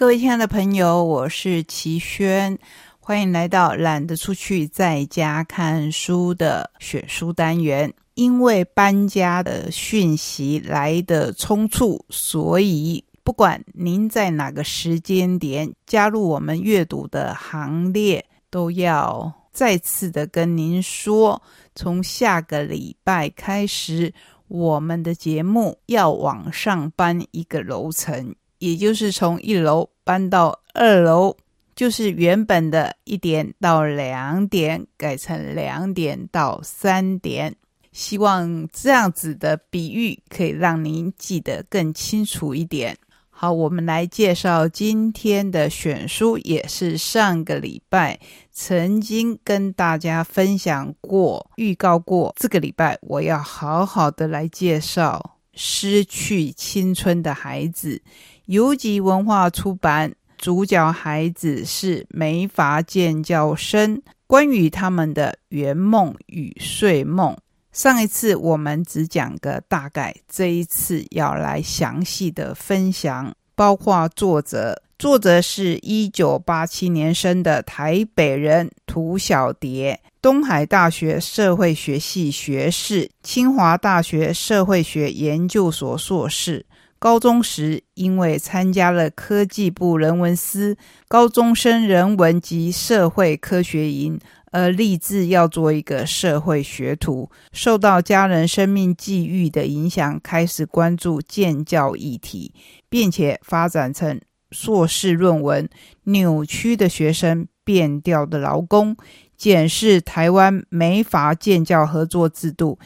各位亲爱的朋友，我是齐轩，欢迎来到懒得出去在家看书的选书单元。因为搬家的讯息来得匆促，所以不管您在哪个时间点加入我们阅读的行列，都要再次的跟您说，从下个礼拜开始，我们的节目要往上搬一个楼层，也就是从1楼搬到2楼，就是原本的1点到2点改成2点到3点。希望这样子的比喻可以让您记得更清楚一点。好，我们来介绍今天的选书，也是上个礼拜曾经跟大家分享过、预告过，这个礼拜我要好好的来介绍失去青春的孩子，游击文化出版，主角孩子是美法建教生，关于他们的圆梦与睡梦。上一次我们只讲个大概，这一次要来详细的分享，包括作者是1987年生的台北人涂晓蝶，东海大学社会学系学士，清华大学社会学研究所硕士。高中时因为参加了科技部人文司高中生人文及社会科学营，而立志要做一个社会学徒，受到家人生命际遇的影响，开始关注建教议题，并且发展成硕士论文《扭曲的学生，变调的劳工》，检视台湾美法建教合作制度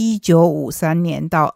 1953年到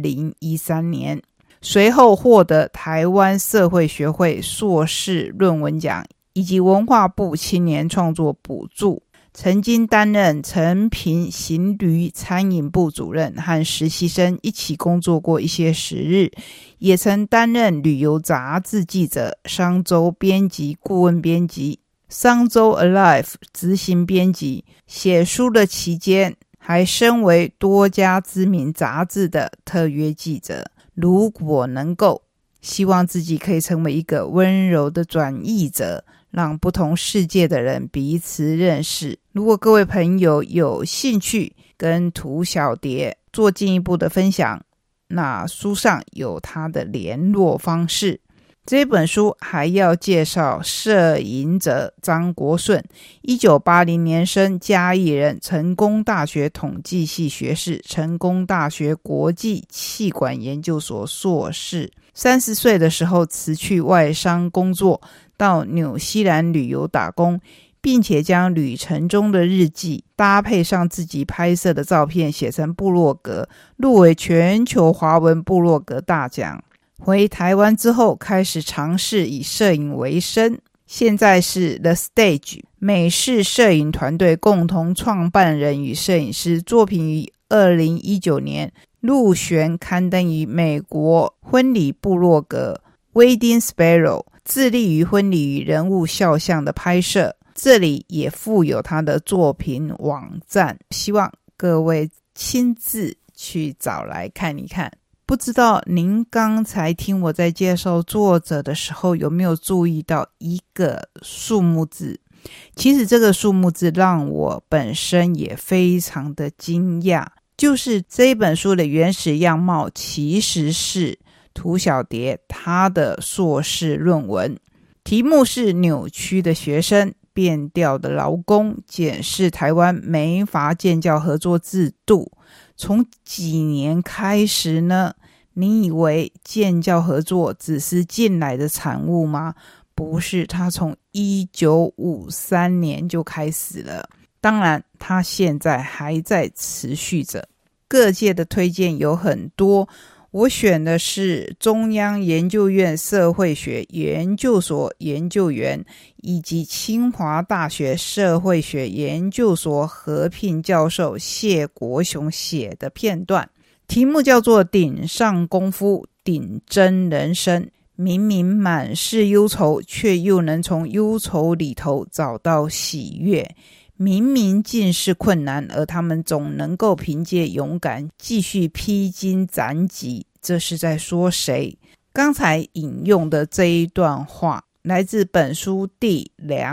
2013年，随后获得台湾社会学会硕士论文奖以及文化部青年创作补助，曾经担任成品行旅餐饮部主任，和实习生一起工作过一些时日，也曾担任旅游杂志记者、商周编辑、顾问编辑、商周 Alive 执行编辑。写书的期间还身为多家知名杂志的特约记者。如果能够，希望自己可以成为一个温柔的转译者，让不同世界的人彼此认识。如果各位朋友有兴趣跟涂晓蝶做进一步的分享，那书上有他的联络方式。这本书还要介绍摄影者张国顺，1980年生，嘉义人，成功大学统计系学士，成功大学国际企管研究所硕士。30岁的时候辞去外商工作，到纽西兰旅游打工，并且将旅程中的日记搭配上自己拍摄的照片写成部落格，入围全球华文部落格大奖。回台湾之后，开始尝试以摄影为生，现在是 The Stage 美式摄影团队共同创办人与摄影师，作品于2019年入选刊登于美国婚礼部落格 Wedding Sparrow， 致力于婚礼与人物肖像的拍摄，这里也附有他的作品网站，希望各位亲自去找来看一看。不知道您刚才听我在介绍作者的时候有没有注意到一个数目字？其实这个数目字让我本身也非常的惊讶，就是这一本书的原始样貌其实是涂晓蝶他的硕士论文，题目是扭曲的学生，变调的劳工，检视台湾美法建教合作制度。从几年开始呢？你以为建教合作只是近来的产物吗？不是，它从1953年就开始了。当然，它现在还在持续着。各界的推荐有很多，我选的是中央研究院社会学研究所研究员以及清华大学社会学研究所合聘教授谢国雄写的片段，题目叫做顶上功夫，顶真人生。明明满是忧愁，却又能从忧愁里头找到喜悦。明明尽是困难，而他们总能够凭借勇敢继续披荆斩棘。这是在说谁？刚才引用的这一段话来自本书第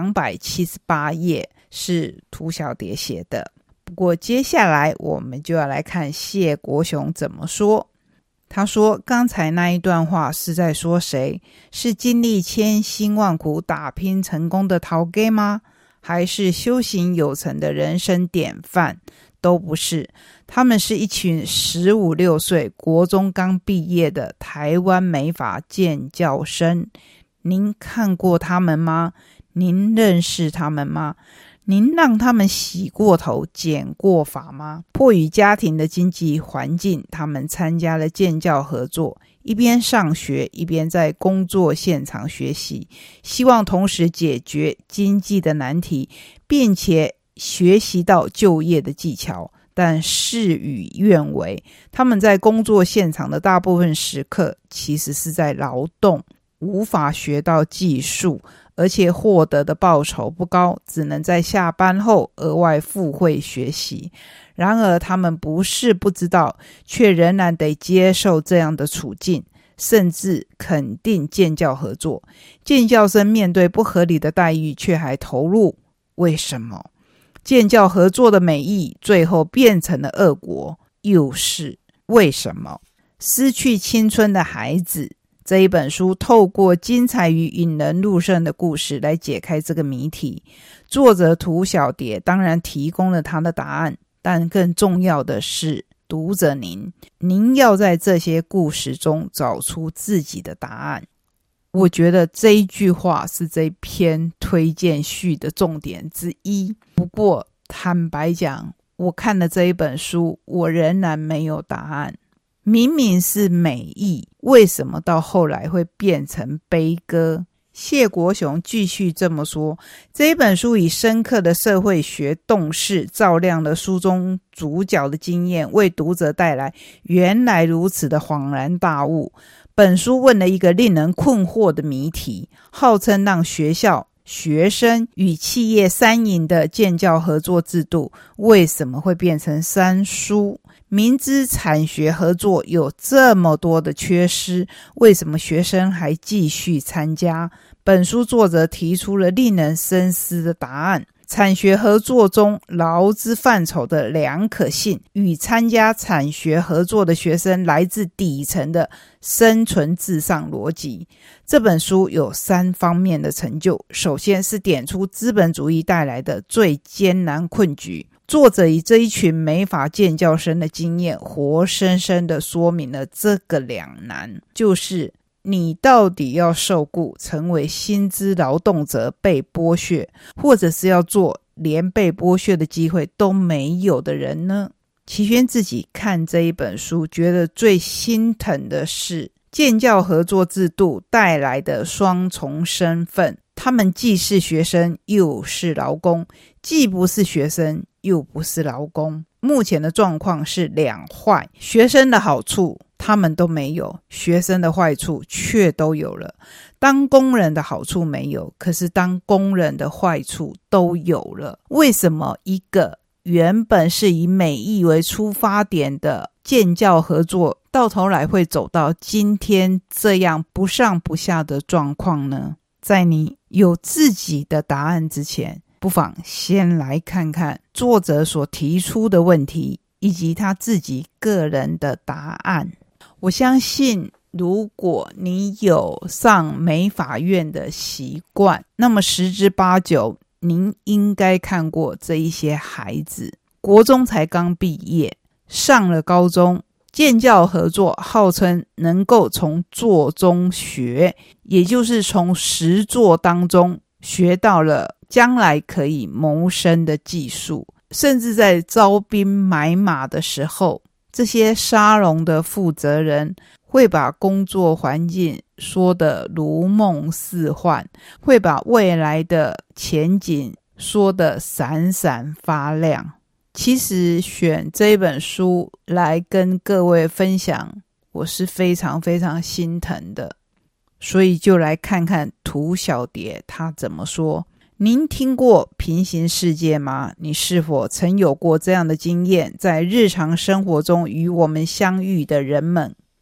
278页，是涂小蝶写的。不过接下来我们就要来看谢国雄怎么说。他说，刚才那一段话是在说谁？是经历千辛万苦打拼成功的头家吗？还是修行有成的人生典范？都不是，他们是一群15、16岁国中刚毕业的台湾美发建教生。您看过他们吗？您认识他们吗？您让他们洗过头、剪过发吗？迫于家庭的经济环境，他们参加了建教合作，一边上学，一边在工作现场学习，希望同时解决经济的难题，并且学习到就业的技巧。但事与愿违，他们在工作现场的大部分时刻其实是在劳动，无法学到技术，而且获得的报酬不高，只能在下班后额外付费学习。然而他们不是不知道，却仍然得接受这样的处境，甚至肯定建教合作。建教生面对不合理的待遇却还投入，为什么？建教合作的美意最后变成了恶果，又是为什么？失去青春的孩子这一本书透过精彩与引人入胜的故事来解开这个谜题。作者涂小蝶当然提供了他的答案，但更重要的是读者您要在这些故事中找出自己的答案。我觉得这一句话是这篇推荐序的重点之一。不过坦白讲，我看了这一本书，我仍然没有答案。明明是美意，为什么到后来会变成悲歌？谢国雄继续这么说，这一本书以深刻的社会学洞视，照亮了书中主角的经验，为读者带来原来如此的恍然大悟。本书问了一个令人困惑的谜题，号称让学校、学生与企业三赢的建教合作制度，为什么会变成三输？明知产学合作有这么多的缺失，为什么学生还继续参加？本书作者提出了令人深思的答案。产学合作中劳资范畴的两可性与参加产学合作的学生来自底层的生存至上逻辑。这本书有3方面的成就，首先是点出资本主义带来的最艰难困局。作者以这一群美发建教生的经验，活生生地说明了这个两难，就是你到底要受雇成为薪资劳动者被剥削，或者是要做连被剥削的机会都没有的人呢？齐轩自己看这一本书，觉得最心疼的是建教合作制度带来的双重身份，他们既是学生又是劳工，既不是学生又不是劳工。目前的状况是两坏，学生的好处他们都没有，学生的坏处却都有了。当工人的好处没有，可是当工人的坏处都有了。为什么一个原本是以美意为出发点的建教合作，到头来会走到今天这样不上不下的状况呢？在你有自己的答案之前，不妨先来看看作者所提出的问题以及他自己个人的答案。我相信如果你有上美法院的习惯，那么十之八九您应该看过这一些孩子，国中才刚毕业，上了高中，建教合作号称能够从做中学，也就是从实作当中学到了将来可以谋生的技术，甚至在招兵买马的时候，这些沙龙的负责人会把工作环境说得如梦似幻，会把未来的前景说得闪闪发亮。其实选这本书来跟各位分享，我是非常非常心疼的，所以就来看看涂小蝶他怎么说。您听过平行世界吗？你是否曾有过这样的经验？在日常生活中与我们相遇的人们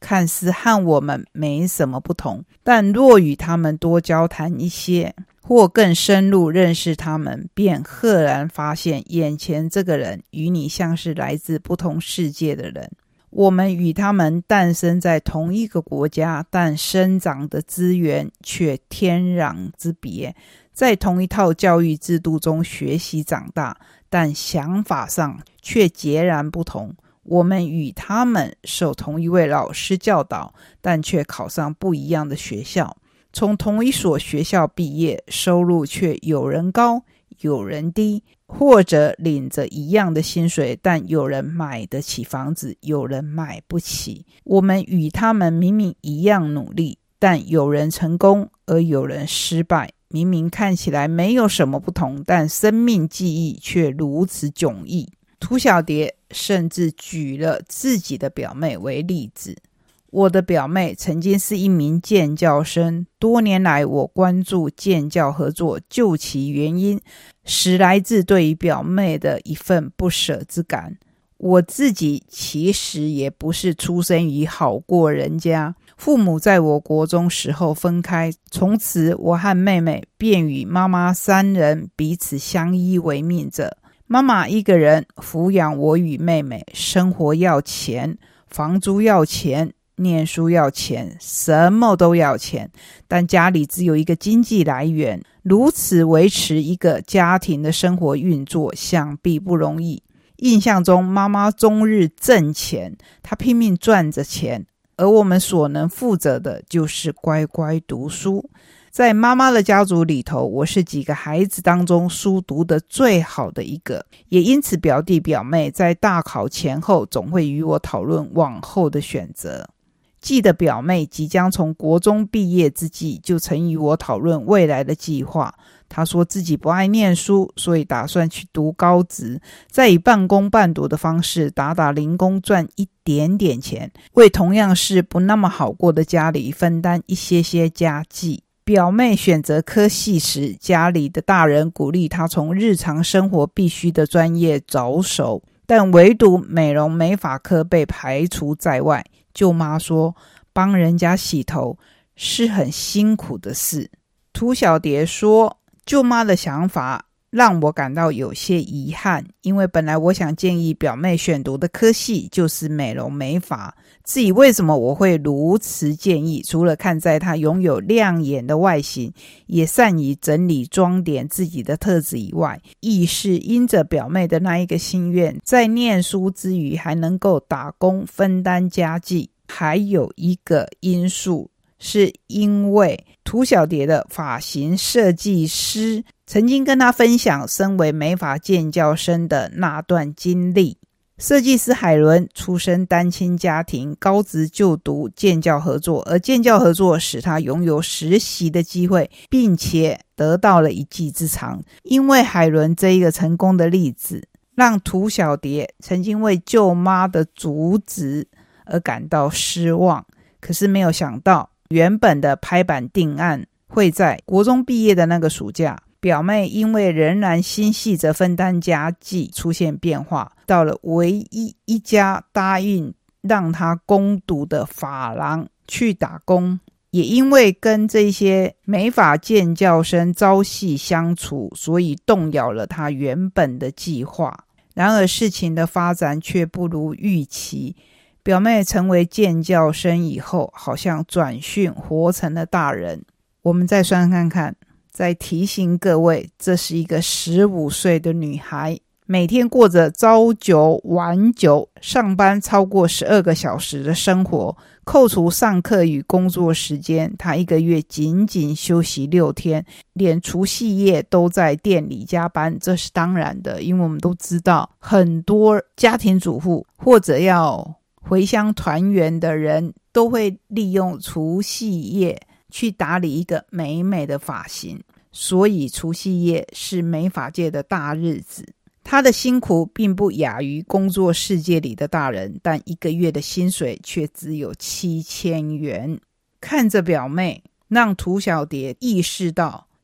看似和我们没什么不同，但若与他们多交谈一些，或更深入认识他们，便赫然发现眼前这个人与你像是来自不同世界的人。我们与他们诞生在同一个国家，但生长的资源却天壤之别，在同一套教育制度中学习长大，但想法上却截然不同。我们与他们受同一位老师教导，但却考上不一样的学校，从同一所学校毕业，收入却有人高有人低，或者领着一样的薪水，但有人买得起房子，有人买不起。我们与他们明明一样努力，但有人成功而有人失败，明明看起来没有什么不同，但生命记忆却如此迥异。涂小蝶甚至举了自己的表妹为例子。我的表妹曾经是一名建教生，多年来我关注建教合作，究其原因，实来自对于表妹的一份不舍之感。我自己其实也不是出生于好过人家，父母在我国中时候分开，从此我和妹妹便与妈妈三人彼此相依为命着。妈妈一个人抚养我与妹妹，生活要钱，房租要钱，念书要钱，什么都要钱，但家里只有一个经济来源，如此维持一个家庭的生活运作，想必不容易。印象中妈妈终日挣钱，她拼命赚着钱，而我们所能负责的就是乖乖读书。在妈妈的家族里头，我是几个孩子当中书读得最好的一个，也因此表弟表妹在大考前后总会与我讨论往后的选择。记得表妹即将从国中毕业之际，就曾与我讨论未来的计划。她说自己不爱念书，所以打算去读高职，再以半工半读的方式打打零工，赚一点点钱，为同样是不那么好过的家里分担一些家计。表妹选择科系时，家里的大人鼓励她从日常生活必须的专业着手，但唯独美容美发科被排除在外。舅妈说，帮人家洗头是很辛苦的事。涂小蝶说，舅妈的想法让我感到有些遗憾，因为本来我想建议表妹选读的科系就是美容美发。至于为什么我会如此建议，除了看在她拥有亮眼的外形，也善于整理装点自己的特质以外，亦是因着表妹的那一个心愿，在念书之余还能够打工分担家计。还有一个因素，是因为涂小蝶的发型设计师曾经跟她分享身为美发建教生的那段经历。设计师海伦出身单亲家庭，高职就读建教合作，而建教合作使他拥有实习的机会，并且得到了一技之长。因为海伦这一个成功的例子，让涂小蝶曾经为舅妈的阻止而感到失望，可是没有想到原本的拍板定案会在国中毕业的那个暑假，表妹因为仍然心系着分担家计出现变化，到了唯一一家答应让她攻读的发廊去打工，也因为跟这些美发建教生朝夕相处，所以动摇了她原本的计划。然而事情的发展却不如预期，表妹成为建教生以后，好像转训活成了大人。我们再算看看，再提醒各位，这是一个15岁的女孩，每天过着朝九晚九，上班超过12个小时的生活，扣除上课与工作时间，她一个月仅仅休息6天，连除夕夜都在店里加班。这是当然的，因为我们都知道很多家庭主妇或者要回乡团圆的人都会利用除夕夜去打理一个美美的发型，所以除夕夜是美发界的大日子。他的辛苦并不亚于工作世界里的大人，但一个月的薪水却只有7000元。看着表妹，让涂小蝶意识到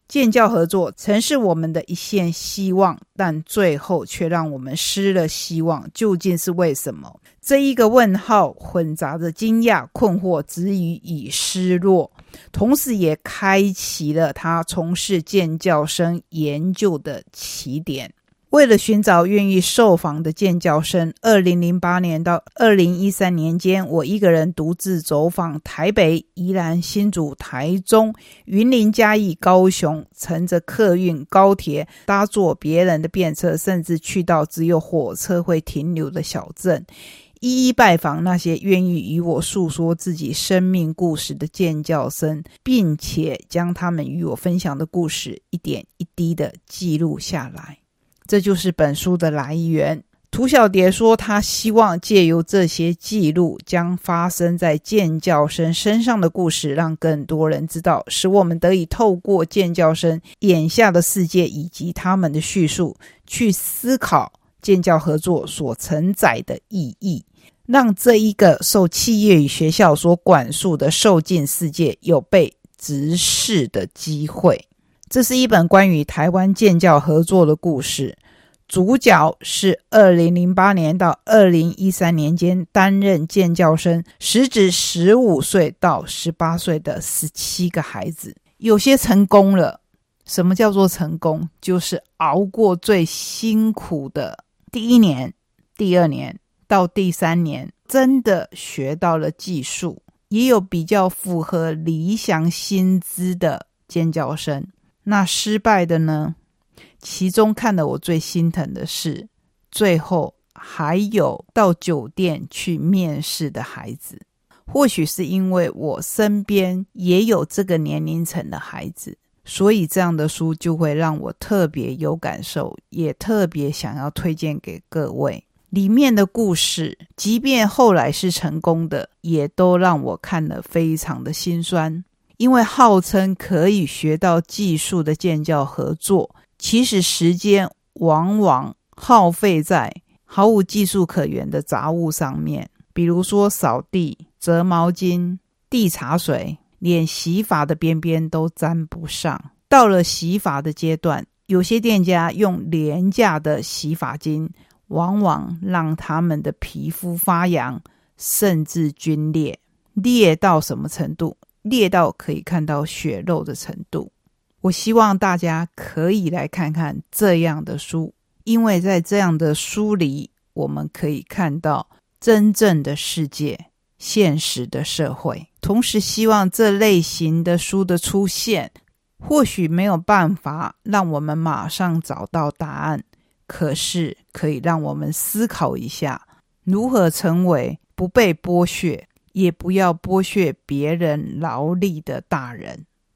建教合作曾是我们的一线希望，但最后却让我们失了希望，究竟是为什么？这一个问号混杂着惊讶、困惑、质疑与失落，同时也开启了他从事建教生研究的起点。为了寻找愿意受访的建教生，2008年到2013年间，我一个人独自走访台北、宜兰、新竹、台中、云林、嘉义、高雄，乘着客运、高铁，搭坐别人的便车，甚至去到只有火车会停留的小镇，一一拜访那些愿意与我诉说自己生命故事的建教生，并且将他们与我分享的故事一点一滴的记录下来。这就是本书的来源。涂小蝶说，他希望借由这些记录，将发生在建教生身上的故事让更多人知道，使我们得以透过建教生眼下的世界以及他们的叙述，去思考建教合作所承载的意义，让这一个受企业与学校所管束的受尽世界有被直视的机会。这是一本关于台湾建教合作的故事，主角是2008年到2013年间担任建教生，时值15岁到18岁的17个孩子。有些成功了。什么叫做成功？就是熬过最辛苦的第1年、第2年到第3年，真的学到了技术，也有比较符合理想薪资的建教生。那失败的呢？其中看得我最心疼的是，最后还有到酒店去面试的孩子。或许是因为我身边也有这个年龄层的孩子，所以这样的书就会让我特别有感受，也特别想要推荐给各位。里面的故事，即便后来是成功的，也都让我看得非常的心酸。因为号称可以学到技术的建教合作，其实时间往往耗费在毫无技术可言的杂物上面，比如说扫地、折毛巾、递茶水，连洗发的边边都沾不上。到了洗发的阶段，有些店家用廉价的洗发精，往往让他们的皮肤发痒，甚至皲裂。裂到什么程度？裂到可以看到血肉的程度。我希望大家可以来看看这样的书，因为在这样的书里，我们可以看到真正的世界，现实的社会。同时希望这类型的书的出现，或许没有办法让我们马上找到答案，可是可以让我们思考一下，如何成为不被剥削，也不要剥削别人劳力的大人。